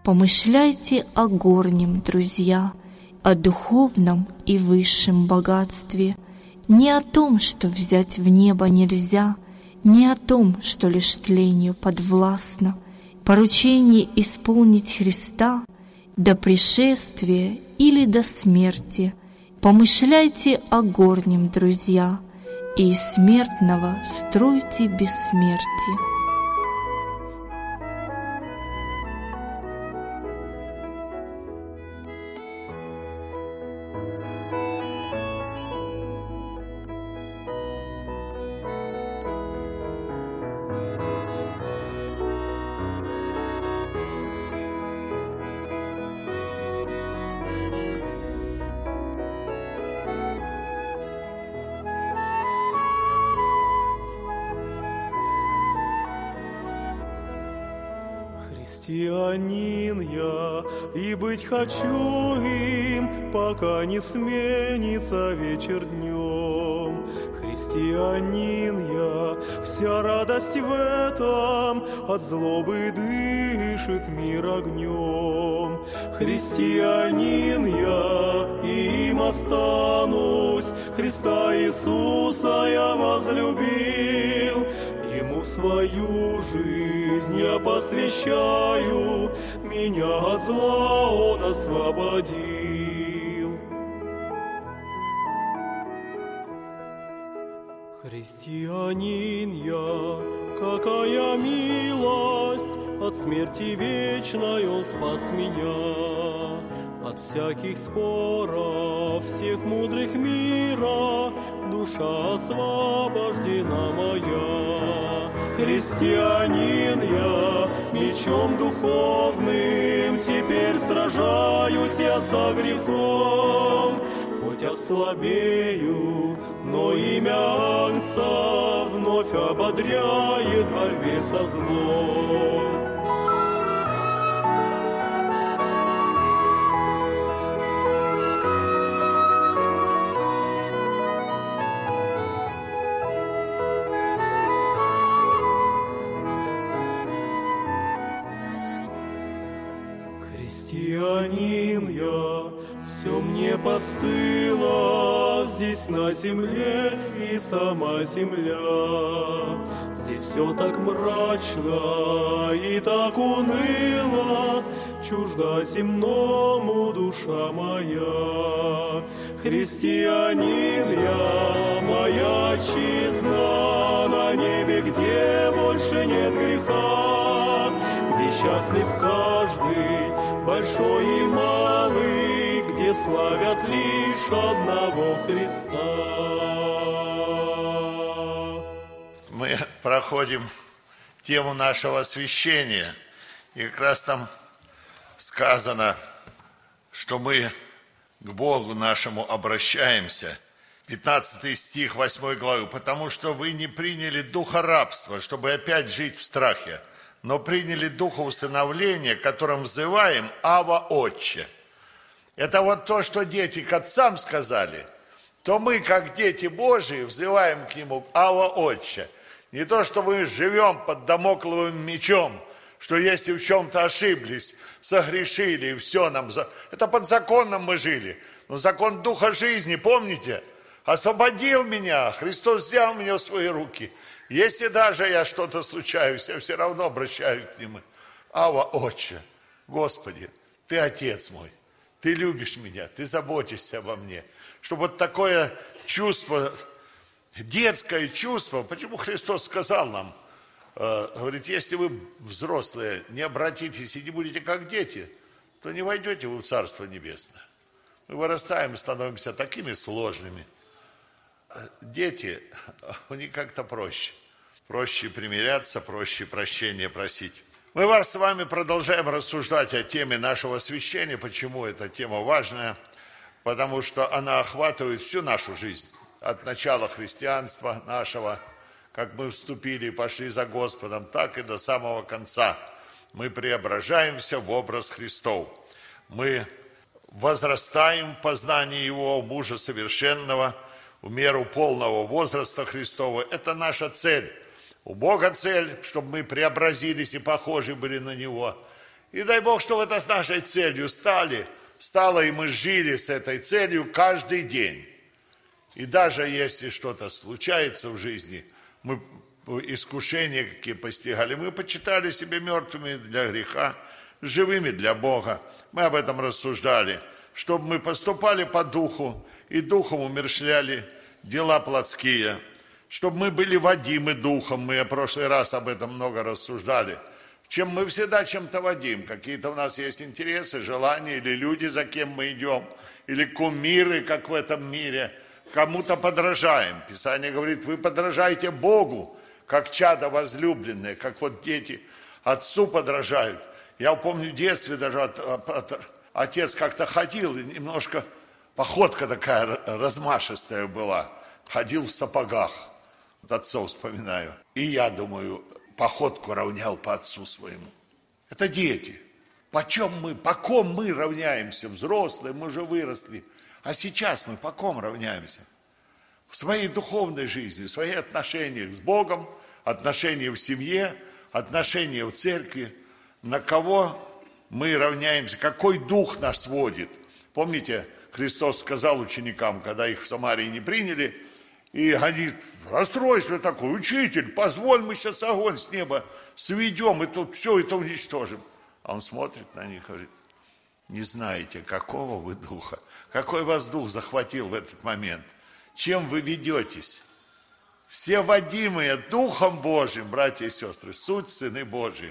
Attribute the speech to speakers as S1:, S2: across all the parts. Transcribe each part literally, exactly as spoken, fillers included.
S1: Помышляйте о горнем, друзья, о духовном и высшем богатстве, не о том, что взять в небо нельзя, не о том, что лишь тлению подвластно, поручение исполнить Христа до пришествия или до смерти. Помышляйте о горнем, друзья, и из смертного стройте бессмертие.
S2: Христианин я, и быть хочу им, пока не сменится вечер днем. Христианин я, вся радость в этом, от злобы дышит мир огнем. Христианин я, и им останусь, Христа Иисуса я возлюбил, Ему свою жизнь я посвящаю, меня от зла Он освободил. Христианин я, какая милость, от смерти вечной Он спас меня. От всяких споров, всех мудрых мира, душа освобождена моя. Христианин я, мечом духовным, теперь сражаюсь я со грехом. Хоть ослабею, но имя Агнца вновь ободряет в борьбе со злом. Христианин я, все мне постыло здесь на земле и сама земля. Здесь все так мрачно и так уныло, чужда земному душа моя. Христианин я, моя отчизна, на небе, где больше нет греха, где счастлив каждый, большой и малый, где славят лишь одного Христа.
S3: Мы проходим тему нашего освящения, и как раз там сказано, что мы к Богу нашему обращаемся. пятнадцатый стих восьмой главы. «Потому что вы не приняли духа рабства, чтобы опять жить в страхе, но приняли духа усыновления, которым взываем Ава Отче». Это вот то, что дети к отцам сказали, то мы, как дети Божии, взываем к Нему Ава Отче. Не то, что мы живем под дамокловым мечом, что если в чем-то ошиблись, согрешили, и все нам... За... Это под законом мы жили. Но закон Духа жизни, помните? Освободил меня, Христос взял меня в свои руки. Если даже я что-то случаюсь, я все равно обращаюсь к Нему. Ава Отче, Господи, Ты Отец мой, Ты любишь меня, Ты заботишься обо мне. Чтобы вот такое чувство, детское чувство, почему Христос сказал нам, э, говорит, если вы, взрослые, не обратитесь и не будете как дети, то не войдете вы в Царство Небесное. Мы вырастаем и становимся такими сложными. Дети, у них как-то проще. Проще примиряться, проще прощения просить. Мы вас с вами продолжаем рассуждать о теме нашего освящения. Почему эта тема важная? Потому что она охватывает всю нашу жизнь. От начала христианства нашего, как мы вступили и пошли за Господом, так и до самого конца. Мы преображаемся в образ Христов. Мы возрастаем в познании Его, мужа совершенного, в меру полного возраста Христова. Это наша цель. У Бога цель, чтобы мы преобразились и похожи были на Него. И дай Бог, чтобы это с нашей целью стали, стало, и мы жили с этой целью каждый день. И даже если что-то случается в жизни, мы искушения какие постигали, мы почитали себя мертвыми для греха, живыми для Бога. Мы об этом рассуждали, чтобы мы поступали по духу и духом умерщвляли дела плотские, чтобы мы были водимы духом. Мы в прошлый раз об этом много рассуждали. Чем мы всегда чем-то водим. Какие-то у нас есть интересы, желания, или люди, за кем мы идем, или кумиры, как в этом мире. Кому-то подражаем. Писание говорит, вы подражаете Богу, как чада возлюбленные, как вот дети отцу подражают. Я помню в детстве даже от, от, отец как-то ходил, и немножко походка такая размашистая была. Ходил в сапогах. Вот отцов вспоминаю. И я думаю, походку равнял по отцу своему. Это дети. Почем мы, по ком мы равняемся? Взрослые, мы уже выросли. А сейчас мы по ком равняемся? В своей духовной жизни, в своих отношениях с Богом, отношения в семье, отношения в церкви. На кого мы равняемся? Какой дух нас водит? Помните, Христос сказал ученикам, когда их в Самарии не приняли, и они, расстройство такое, учитель, позволь, мы сейчас огонь с неба сведем, и тут все это уничтожим. А он смотрит на них и говорит, не знаете, какого вы духа, какой вас дух захватил в этот момент, чем вы ведетесь. Все водимые Духом Божьим, братья и сестры, суть сыны Божьи.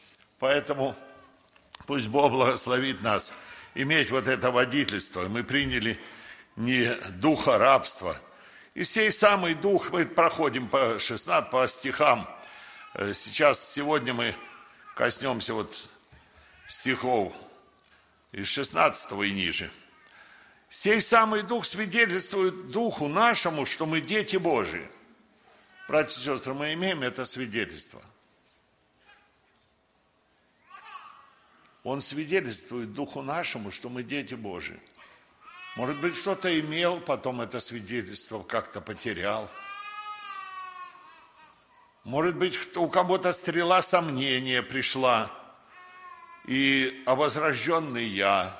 S3: Поэтому пусть Бог благословит нас иметь вот это водительство. Мы приняли не духа рабства. И сей самый дух, мы проходим по шестнадцати, по стихам. Сейчас, сегодня мы коснемся вот стихов из шестнадцатого и ниже. Сей самый дух свидетельствует духу нашему, что мы дети Божии. Братья и сестры, мы имеем это свидетельство. Он свидетельствует духу нашему, что мы дети Божии. Может быть, кто-то имел, потом это свидетельство как-то потерял. Может быть, у кого-то стрела сомнения пришла, и обозрожденный я.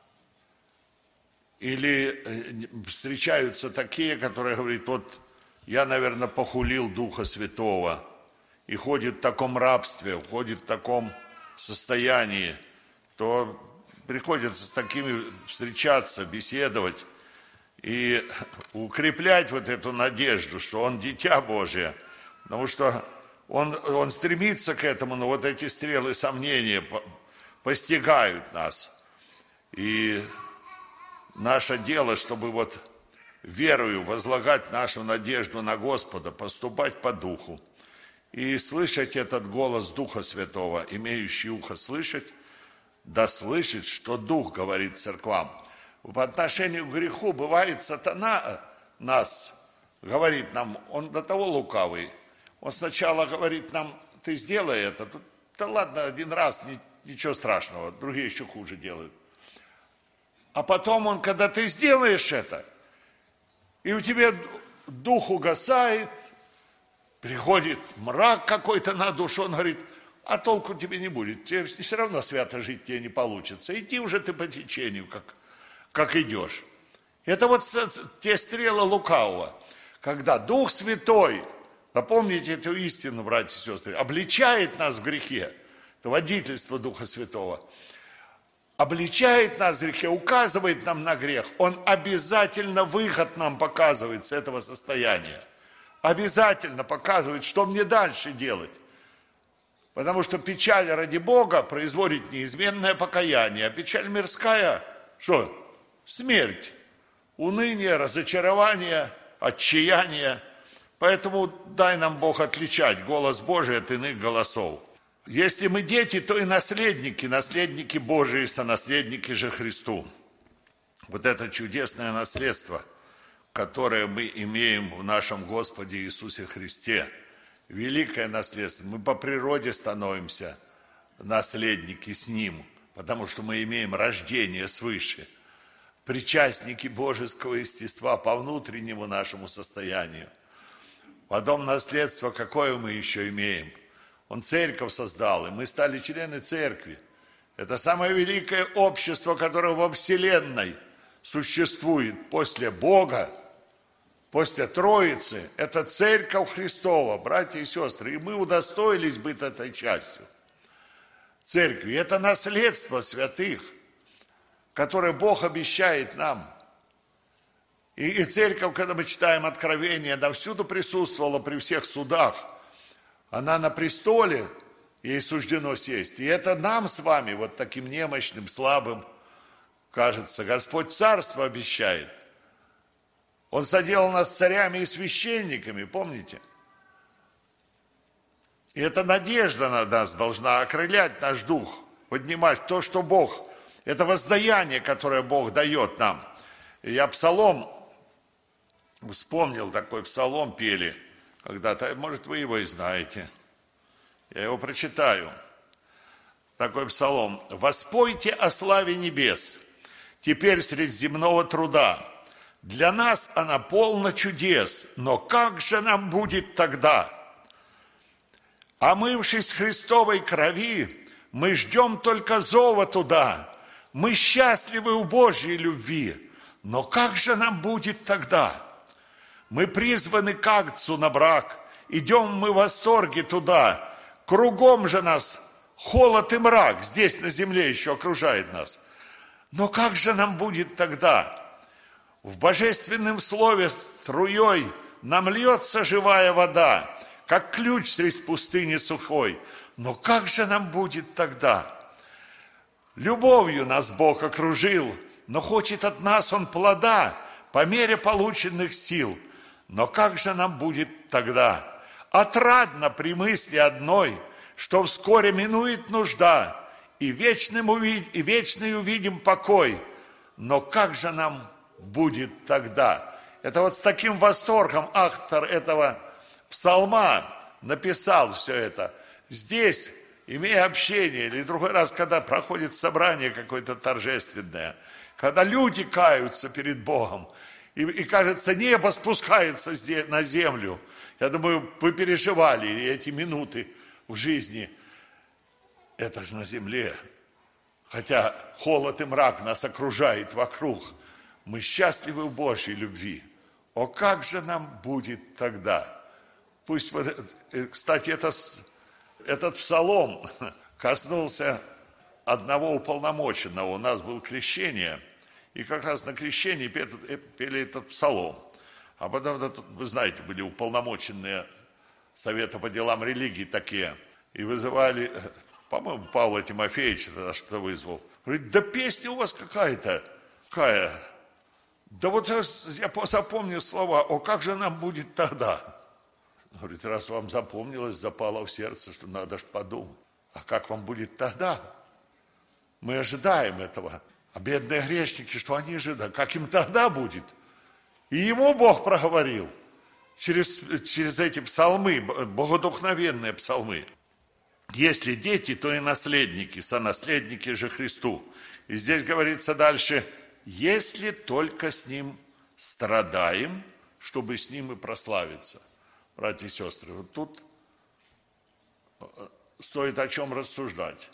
S3: Или встречаются такие, которые говорят, вот я, наверное, похулил Духа Святого, и ходит в таком рабстве, ходит в таком состоянии, то приходится с такими встречаться, беседовать и укреплять вот эту надежду, что он дитя Божие, потому что он, он стремится к этому, но вот эти стрелы сомнения постигают нас. И наше дело, чтобы вот верою возлагать нашу надежду на Господа, поступать по духу и слышать этот голос Духа Святого, имеющий ухо слышать, да слышит, что Дух говорит церквам. По отношению к греху бывает сатана нас, говорит нам, он до того лукавый, он сначала говорит нам, ты сделай это, да ладно, один раз, ничего страшного, другие еще хуже делают. А потом он, когда ты сделаешь это, и у тебя дух угасает, приходит мрак какой-то на душу, он говорит, а толку тебе не будет, тебе все равно свято жить тебе не получится. Иди уже ты по течению, как, как идешь. Это вот те стрелы лукавого, когда Дух Святой, запомните эту истину, братья и сестры, обличает нас в грехе, это водительство Духа Святого, обличает нас в грехе, указывает нам на грех, он обязательно выход нам показывает с этого состояния. Обязательно показывает, что мне дальше делать. Потому что печаль ради Бога производит неизменное покаяние, а печаль мирская, что? Смерть, уныние, разочарование, отчаяние. Поэтому дай нам Бог отличать голос Божий от иных голосов. Если мы дети, то и наследники, наследники Божии, сонаследники же Христу. Вот это чудесное наследство, которое мы имеем в нашем Господе Иисусе Христе. Великое наследство. Мы по природе становимся наследники с Ним, потому что мы имеем рождение свыше. Причастники божеского естества по внутреннему нашему состоянию. Потом наследство, какое мы еще имеем? Он церковь создал, и мы стали члены церкви. Это самое великое общество, которое во Вселенной существует после Бога, после Троицы. Это Церковь Христова, братья и сестры. И мы удостоились быть этой частью Церкви. Это наследство святых, которое Бог обещает нам. И, и Церковь, когда мы читаем Откровение, она всюду присутствовала при всех судах. Она на престоле, ей суждено сесть. И это нам с вами, вот таким немощным, слабым, кажется, Господь царство обещает. Он соделал нас царями и священниками, помните? И эта надежда на нас должна окрылять наш дух, поднимать то, что Бог, это воздаяние, которое Бог дает нам. И я псалом вспомнил, такой псалом пели когда-то, может, вы его и знаете. Я его прочитаю. Такой псалом. «Воспойте о славе небес, теперь средь земного труда. Для нас она полна чудес, но как же нам будет тогда? Омывшись в Христовой крови, мы ждем только зова туда. Мы счастливы у Божьей любви, но как же нам будет тогда? Мы призваны к акцу на брак, идем мы в восторге туда. Кругом же нас холод и мрак, здесь на земле еще окружает нас. Но как же нам будет тогда? В божественном слове струей нам льется живая вода, как ключ средь пустыни сухой. Но как же нам будет тогда? Любовью нас Бог окружил, но хочет от нас Он плода по мере полученных сил. Но как же нам будет тогда? Отрадно при мысли одной, что вскоре минует нужда, и вечным увид... и вечный увидим покой. Но как же нам будет тогда? Это вот с таким восторгом автор этого псалма написал все это. Здесь, имея общение, или другой раз, когда проходит собрание какое-то торжественное, когда люди каются перед Богом, и, и кажется, небо спускается на землю. Я думаю, вы переживали эти минуты в жизни. Это же на земле. Хотя холод и мрак нас окружает вокруг. Мы счастливы в Божьей любви. О, как же нам будет тогда? Пусть, кстати, это, этот псалом коснулся одного уполномоченного. У нас было крещение, и как раз на крещении пели этот псалом. А потом, вы знаете, были уполномоченные Совета по делам религии такие, и вызывали, по-моему, Павла Тимофеевича тогда что-то вызвал. Говорит, да песня у вас какая-то, какая? Да вот я запомнил слова, о, как же нам будет тогда? Говорит, раз вам запомнилось, запало в сердце, что надо же подумать. А как вам будет тогда? Мы ожидаем этого. А бедные грешники, что они ожидают? Как им тогда будет? И ему Бог проговорил через, через эти псалмы, богодухновенные псалмы. Если дети, то и наследники, сонаследники же Христу. И здесь говорится дальше, если только с Ним страдаем, чтобы с Ним и прославиться. Братья и сестры, вот тут стоит о чем рассуждать.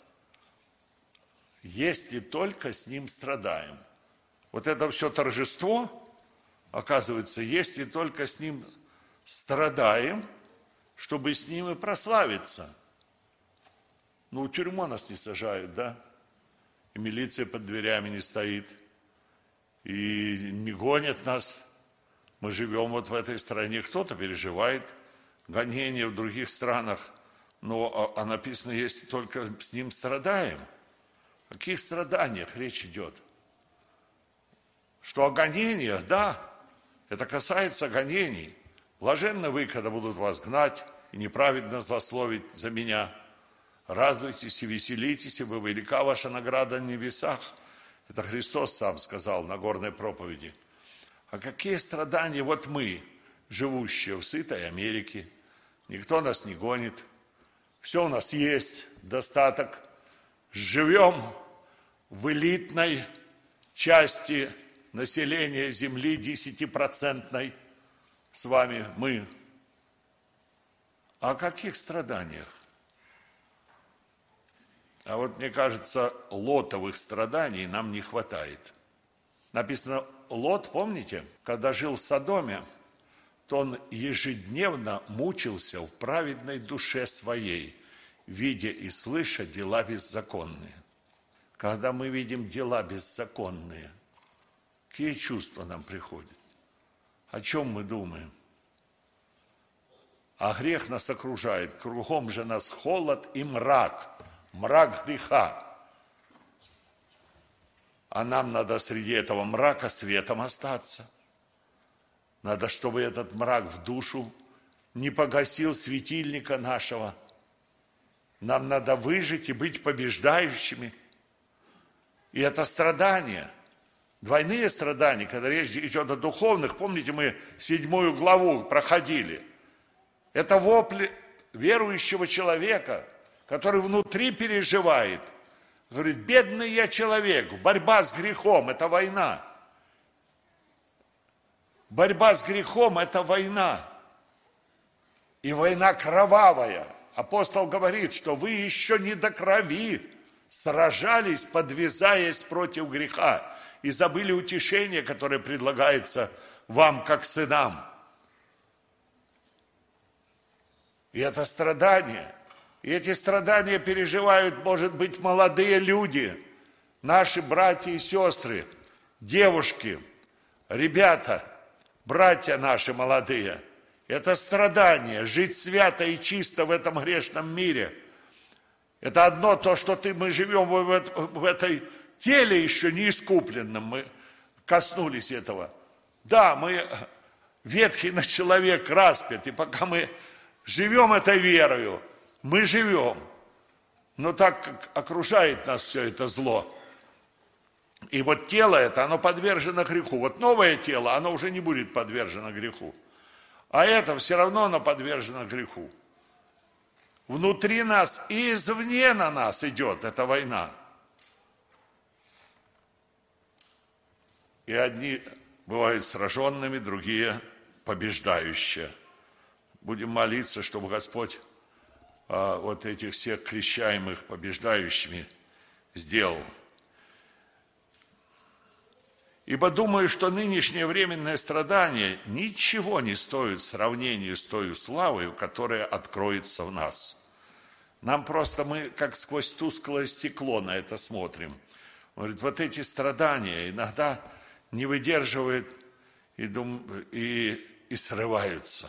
S3: Если только с Ним страдаем. Вот это все торжество, оказывается, если только с Ним страдаем, чтобы с Ним и прославиться. Ну, в тюрьму нас не сажают, да? И милиция под дверями не стоит. И не гонят нас. Мы живем вот в этой стране. Кто-то переживает гонения в других странах. Но а написано, если только с Ним страдаем. О каких страданиях речь идет? Что о гонениях, да, это касается гонений. Блаженны вы, когда будут вас гнать и неправедно злословить за меня. Радуйтесь и веселитесь, ибо велика ваша награда на небесах. Это Христос сам сказал на Нагорной проповеди. А какие страдания вот мы, живущие в сытой Америке, никто нас не гонит, все у нас есть, достаток, живем в элитной части населения Земли, десятипроцентной, с вами мы. О каких страданиях? А вот мне кажется, лотовых страданий нам не хватает. Написано, Лот, помните, когда жил в Содоме, то он ежедневно мучился в праведной душе своей, видя и слыша дела беззаконные. Когда мы видим дела беззаконные, какие чувства нам приходят? О чем мы думаем? А грех нас окружает, кругом же нас холод и мрак, мрак греха. А нам надо среди этого мрака светом остаться. Надо, чтобы этот мрак в душу не погасил светильника нашего. Нам надо выжить и быть побеждающими. И это страдания, двойные страдания, когда речь идет о духовных. Помните, мы седьмую главу проходили. Это вопли верующего человека, который внутри переживает. Говорит, бедный я человек, борьба с грехом – это война. Борьба с грехом – это война. И война кровавая. Апостол говорит, что вы еще не до крови сражались, подвязаясь против греха. И забыли утешение, которое предлагается вам, как сынам. И это страдание. И эти страдания переживают, может быть, молодые люди, наши братья и сестры, девушки, ребята, братья наши молодые. Это страдание, жить свято и чисто в этом грешном мире. Это одно то, что ты, мы живем в, в этой теле еще не искупленном, мы коснулись этого. Да, мы ветхий наш человек распят, и пока мы живем этой верою, мы живем, но так как окружает нас все это зло. И вот тело это, оно подвержено греху. Вот новое тело, оно уже не будет подвержено греху. А это все равно оно подвержено греху. Внутри нас и извне на нас идет эта война. И одни бывают сраженными, другие побеждающие. Будем молиться, чтобы Господь вот этих всех крещаемых побеждающими сделал. Ибо думаю, что нынешнее временное страдание ничего не стоит в сравнении с той славой, которая откроется в нас. Нам просто, мы как сквозь тусклое стекло на это смотрим. Он говорит, вот эти страдания иногда не выдерживают и, дум, и, и срываются.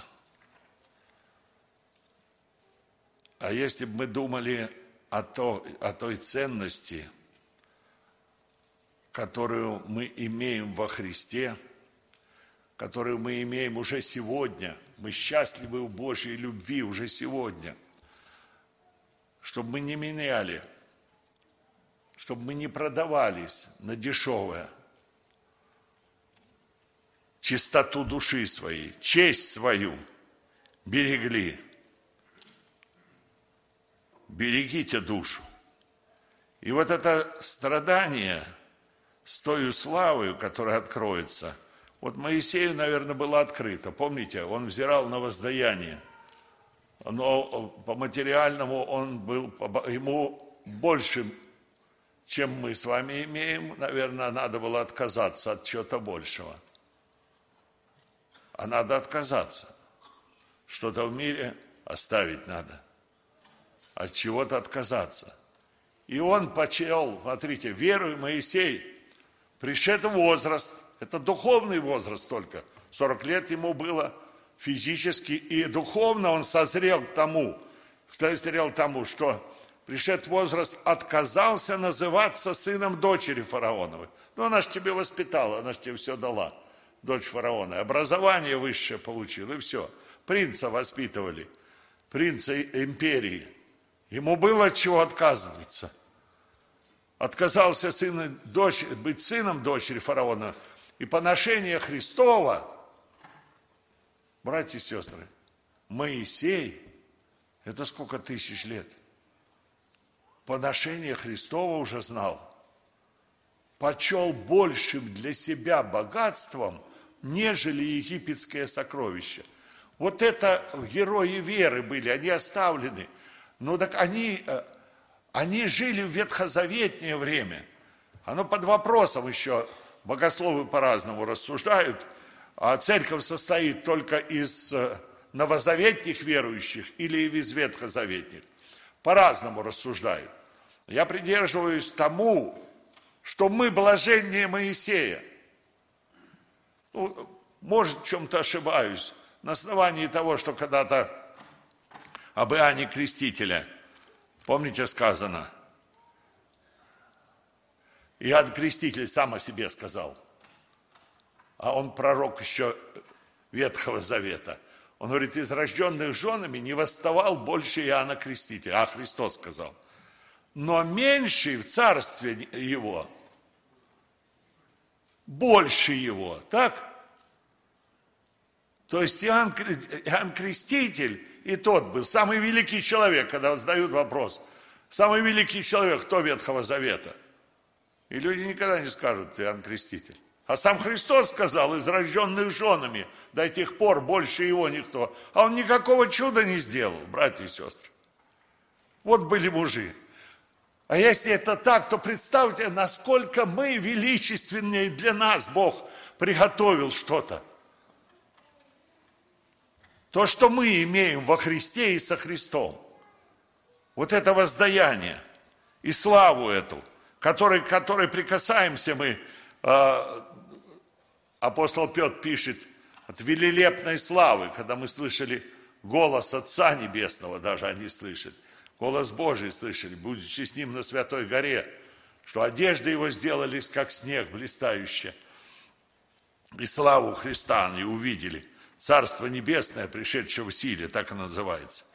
S3: А если бы мы думали о, то, о той ценности, которую мы имеем во Христе, которую мы имеем уже сегодня, мы счастливы в Божьей любви уже сегодня, чтобы мы не меняли, чтобы мы не продавались на дешевое, чистоту души своей, честь свою берегли. Берегите душу. И вот это страдание с той славой, которая откроется, вот Моисею, наверное, было открыто. Помните, он взирал на воздаяние. Но по материальному он был, ему больше, чем мы с вами имеем, наверное, надо было отказаться от чего-то большего. А надо отказаться. Что-то в мире оставить надо. От чего-то отказаться. И он почел, смотрите, веруя Моисей, пришед в возраст, это духовный возраст только, сорок лет ему было физически, и духовно он созрел к тому, созрел к тому, что пришед в возраст, отказался называться сыном дочери фараоновой. Ну, она же тебе воспитала, она же тебе все дала, дочь фараона. Образование высшее получил, и все. Принца воспитывали, принца империи. Ему было от чего отказываться. Отказался сын, дочь, быть сыном дочери фараона. И поношение Христова, братья и сестры, Моисей, это сколько тысяч лет? Поношение Христова уже знал. Почел большим для себя богатством, нежели египетское сокровище. Вот это герои веры были, они оставлены. Ну так они, Они жили в ветхозаветнее время. Оно под вопросом еще, богословы по-разному рассуждают, а церковь состоит только из новозаветных верующих или из ветхозаветных. По-разному рассуждают. Я придерживаюсь тому, что мы блаженнее Моисея. Ну, может, в чем-то ошибаюсь. На основании того, что когда-то об Иоанне Крестителя, помните, сказано, Иоанн Креститель сам о себе сказал, а он пророк еще Ветхого Завета. Он говорит, из рожденных женами не восставал больше Иоанна Крестителя, а Христос сказал. Но меньший в царстве его, больше его, так? То есть Иоанн, Иоанн Креститель и тот был самый великий человек, когда задают вопрос, самый великий человек, кто Ветхого Завета? И люди никогда не скажут, Иоанн Креститель. А сам Христос сказал, из рожденных женами до тех пор больше его никто. А он никакого чуда не сделал, братья и сестры. Вот были мужи. А если это так, то представьте, насколько мы величественнее для нас Бог приготовил что-то. То, что мы имеем во Христе и со Христом. Вот это воздаяние и славу эту, которой, которой прикасаемся мы, э, апостол Петр пишет, от велелепной славы, когда мы слышали голос Отца Небесного, даже они слышат, голос Божий слышали, будучи с Ним на Святой горе, что одежды Его сделались, как снег, блистающие, и славу Христа они увидели. Царство Небесное, пришедшее в силе, так оно называется.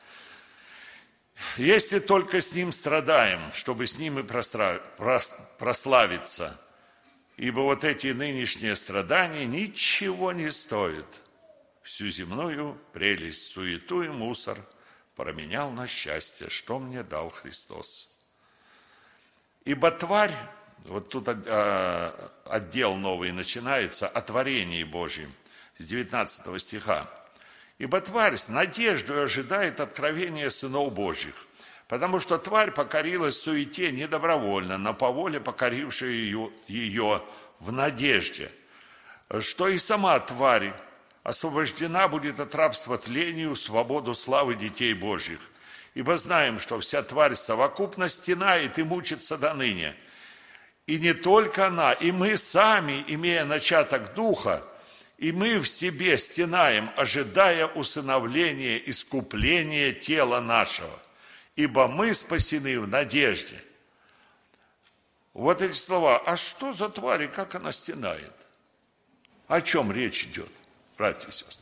S3: Если только с Ним страдаем, чтобы с Ним и прославиться, ибо вот эти нынешние страдания ничего не стоят. Всю земную прелесть, суету и мусор променял на счастье, что мне дал Христос. Ибо тварь, вот тут отдел новый начинается, о творении Божьем, с девятнадцатого стиха. Ибо тварь с надеждой ожидает откровения сынов Божьих, потому что тварь покорилась суете не добровольно, но по воле покорившей ее, ее в надежде, что и сама тварь освобождена будет от рабства тлению, свободу славы детей Божьих. Ибо знаем, что вся тварь совокупно стенает и мучится до ныне. И не только она, и мы сами, имея начаток духа, и мы в себе стенаем, ожидая усыновления, искупления тела нашего, ибо мы спасены в надежде. Вот эти слова. А что за тварь и как она стенает? О чем речь идет, братья и сестры?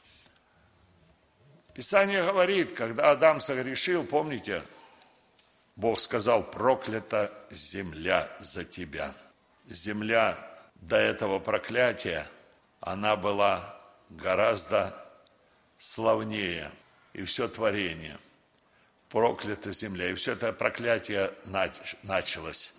S3: Писание говорит, когда Адам согрешил, помните, Бог сказал, проклята земля за тебя. Земля до этого проклятия, она была гораздо славнее, и все творение. Проклята земля, и все это проклятие началось.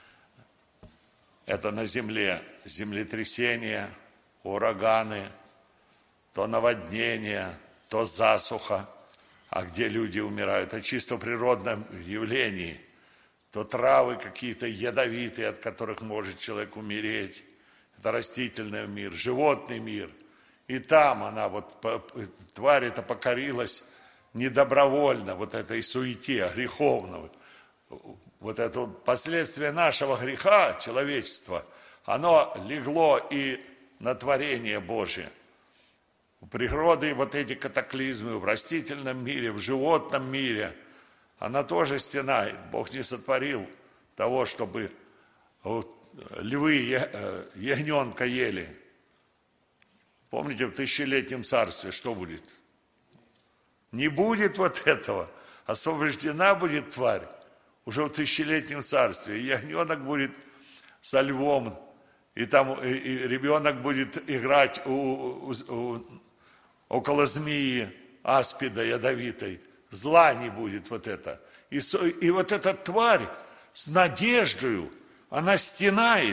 S3: Это на земле землетрясения, ураганы, то наводнения, то засуха, а где люди умирают, о чисто природном явлении, то травы какие-то ядовитые, от которых может человек умереть. Это растительный мир, животный мир. И там она, вот тварь эта покорилась недобровольно, вот этой суете греховного. Вот это вот последствие нашего греха, человечества, оно легло и на творение Божие. У природы вот эти катаклизмы в растительном мире, в животном мире, она тоже стенает. Бог не сотворил того, чтобы львы ягненка ели. Помните, в тысячелетнем царстве что будет? Не будет вот этого. Освобождена будет тварь уже в тысячелетнем царстве. И ягненок будет со львом, и там и, и ребенок будет играть у, у, у, около змеи, аспида ядовитой. Зла не будет вот это. И, и вот эта тварь с надеждою, она стенает,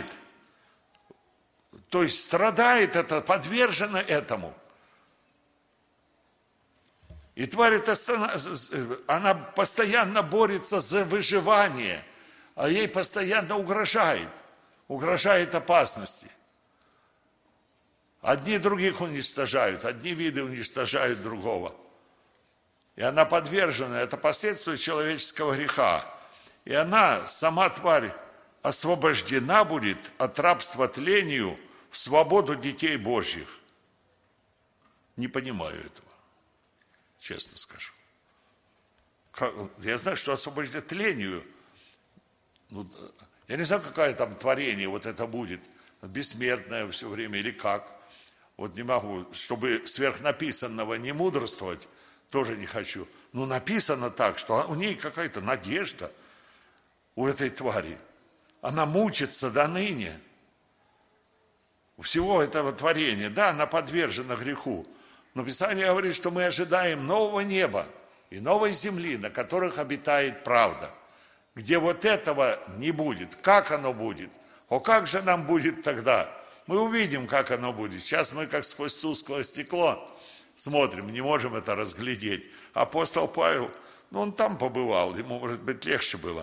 S3: то есть страдает, это подвержена этому. И тварь эта, она постоянно борется за выживание, а ей постоянно угрожает, угрожает опасности. Одни других уничтожают, одни виды уничтожают другого. И она подвержена, это последствия человеческого греха. И она, сама тварь, освобождена будет от рабства тлению в свободу детей Божьих. Не понимаю этого, честно скажу. Я знаю, что освобожден тлению. Ну, я не знаю, какое там творение вот это будет, бессмертное все время или как. Вот не могу, чтобы сверхнаписанного не мудрствовать, тоже не хочу. Но написано так, что у ней какая-то надежда, у этой твари. Она мучится до ныне. У всего этого творения, да, она подвержена греху. Но Писание говорит, что мы ожидаем нового неба и новой земли, на которых обитает правда. Где вот этого не будет. Как оно будет? О, как же нам будет тогда? Мы увидим, как оно будет. Сейчас мы как сквозь тусклое стекло смотрим, не можем это разглядеть. Апостол Павел, ну он там побывал, ему, может быть, легче было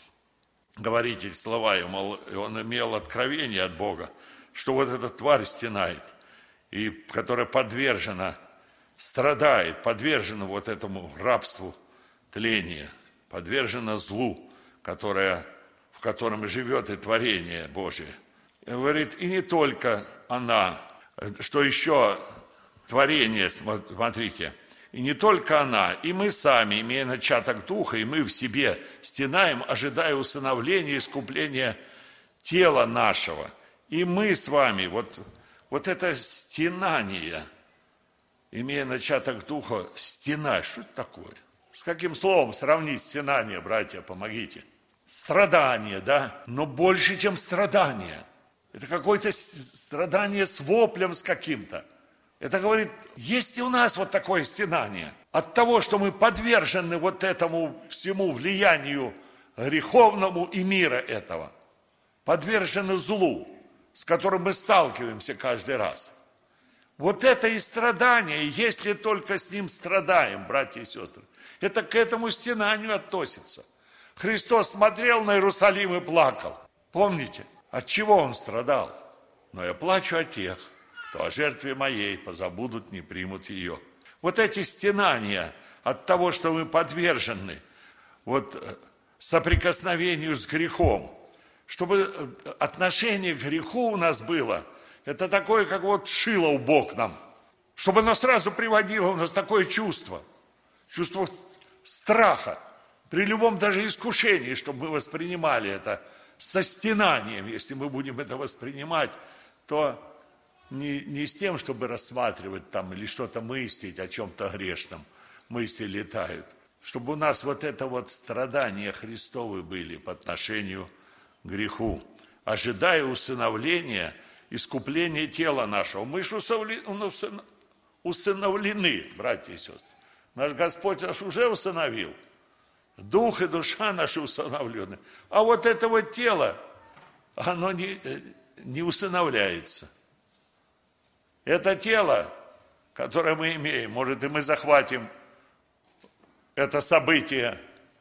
S3: говорить эти слова. Он имел откровение от Бога, что вот эта тварь стенает, и которая подвержена, страдает, подвержена вот этому рабству тления, подвержена злу, которое, в котором живет и творение Божие. И говорит, и не только она, что еще творение, смотрите, и не только она, и мы сами, имея начаток духа, и мы в себе стенаем, ожидая усыновления, искупления тела нашего. И мы с вами, вот, вот это стенание, имея начаток духа, стенать, что это такое? С каким словом сравнить стенание, братья, помогите? Страдание, да? Но больше, чем страдание. Это какое-то страдание с воплем, с каким-то. Это говорит, есть ли у нас вот такое стенание? От того, что мы подвержены вот этому всему влиянию греховному и мира этого. Подвержены злу, с которым мы сталкиваемся каждый раз. Вот это и страдание, если только с ним страдаем, братья и сестры. Это к этому стенанию относится. Христос смотрел на Иерусалим и плакал. Помните? От чего он страдал? Но я плачу о тех, кто о жертве моей позабудут, не примут ее. Вот эти стенания от того, что мы подвержены вот, соприкосновению с грехом, чтобы отношение к греху у нас было, это такое, как вот шило в бок нам, чтобы оно сразу приводило у нас такое чувство, чувство страха, при любом даже искушении, чтобы мы воспринимали это со стенанием. Если мы будем это воспринимать, то не, не с тем, чтобы рассматривать там или что-то мыслить о чем-то грешном, мысли летают, чтобы у нас вот это вот страдания Христовы были по отношению к греху, ожидая усыновления, искупления тела нашего. Мы же усыновлены, братья и сестры. Наш Господь нас уже усыновил. Дух и душа наши усыновлены. А вот это вот тело, оно не, не усыновляется. Это тело, которое мы имеем, может, и мы захватим это событие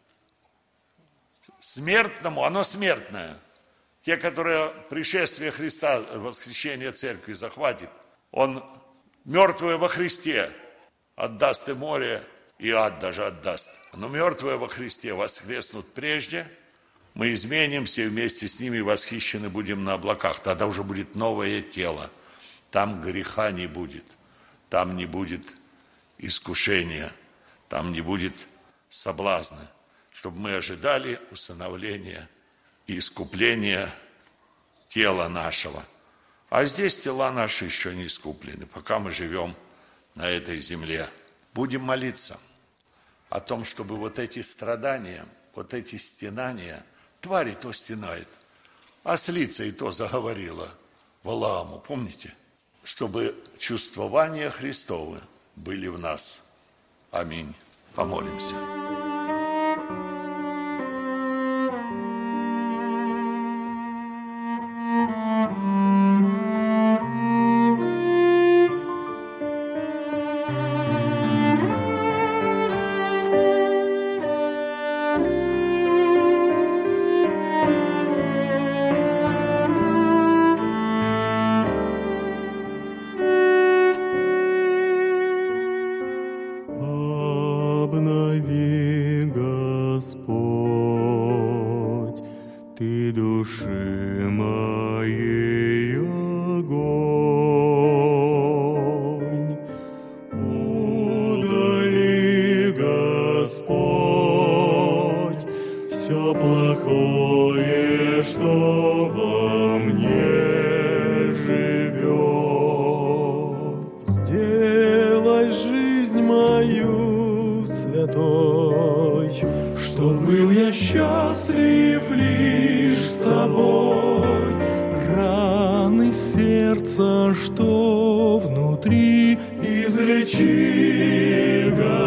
S3: смертному, оно смертное. Те, которые пришествие Христа, восхищение церкви захватит, он мертвые во Христе отдаст и море, и ад даже отдаст. Но мертвые во Христе воскреснут прежде, мы изменимся и вместе с ними восхищены будем на облаках. Тогда уже будет новое тело. Там греха не будет, там не будет искушения, там не будет соблазна, чтобы мы ожидали усыновления и искупления тела нашего. А здесь тела наши еще не искуплены, пока мы живем на этой земле. Будем молиться о том, чтобы вот эти страдания, вот эти стенания, твари то стенает, ослица и то заговорила Валааму, помните? Чтобы чувствования Христовы были в нас. Аминь. Помолимся.
S2: Господь, Ты души моей огонь. Удали, Господь, все плохое, что во мне живет. Сделай жизнь мою святой, чтоб был я счастлив лишь с Тобой. Раны сердца, что внутри, излечи,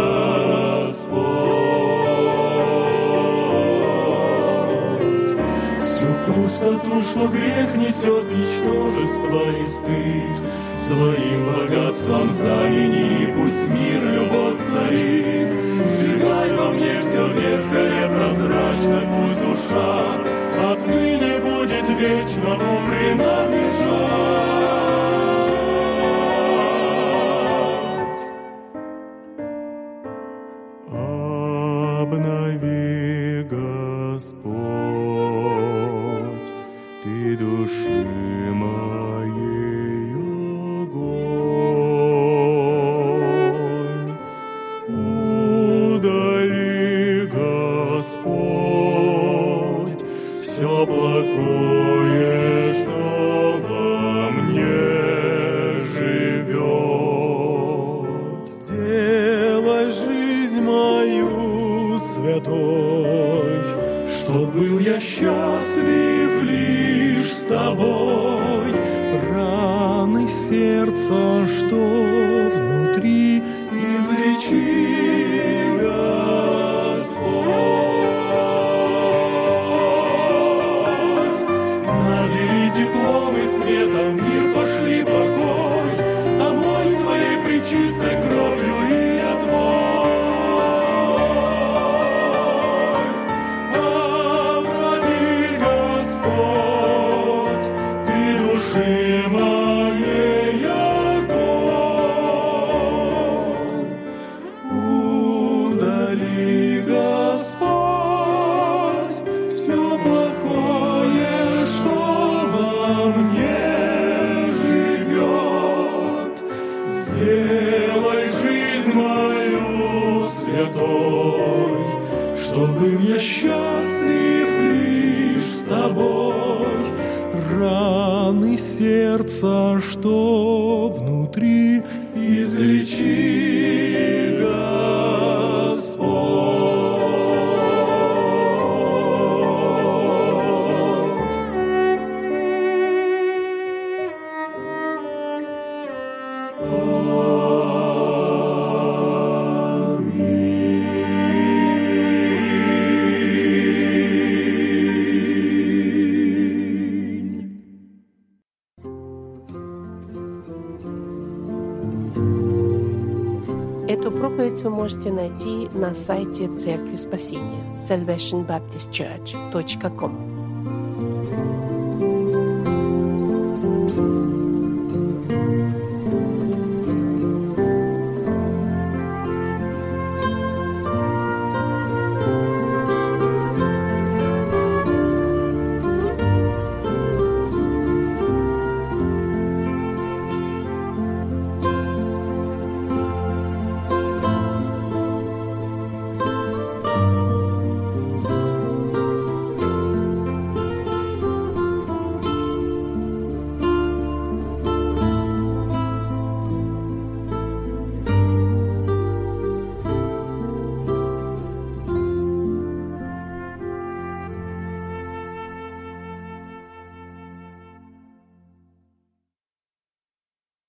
S2: Господь. Всю пустоту, что грех несет, ничтожество и стыд, своим богатством замени, пусть мир любовь царит. Сжигай во мне все ветхое, прозрачно, пусть душа отныне будет вечному принадлежать. Обнови, Господь, Ты души моей огонь. Удали, Господь, все плохое, что во мне живет. Сделай жизнь мою святой, чтоб был я счастлив лишь с Тобой. Раны сердца, что внутри, излечи, Господь. Надели теплом и светом мир, пошли покой, омой своей пречистой кровью, и я Твой. Обнови, Господь, Ты души моей огонь. Удали, Господь, все плохое, что во мне живет. Сделай жизнь мою святой, чтоб был я счастлив лишь с Тобой. Раны сердца, что внутри, излечи, Господь.
S4: Эту проповедь вы можете найти на сайте Церкви Спасения salvation baptist church точка com.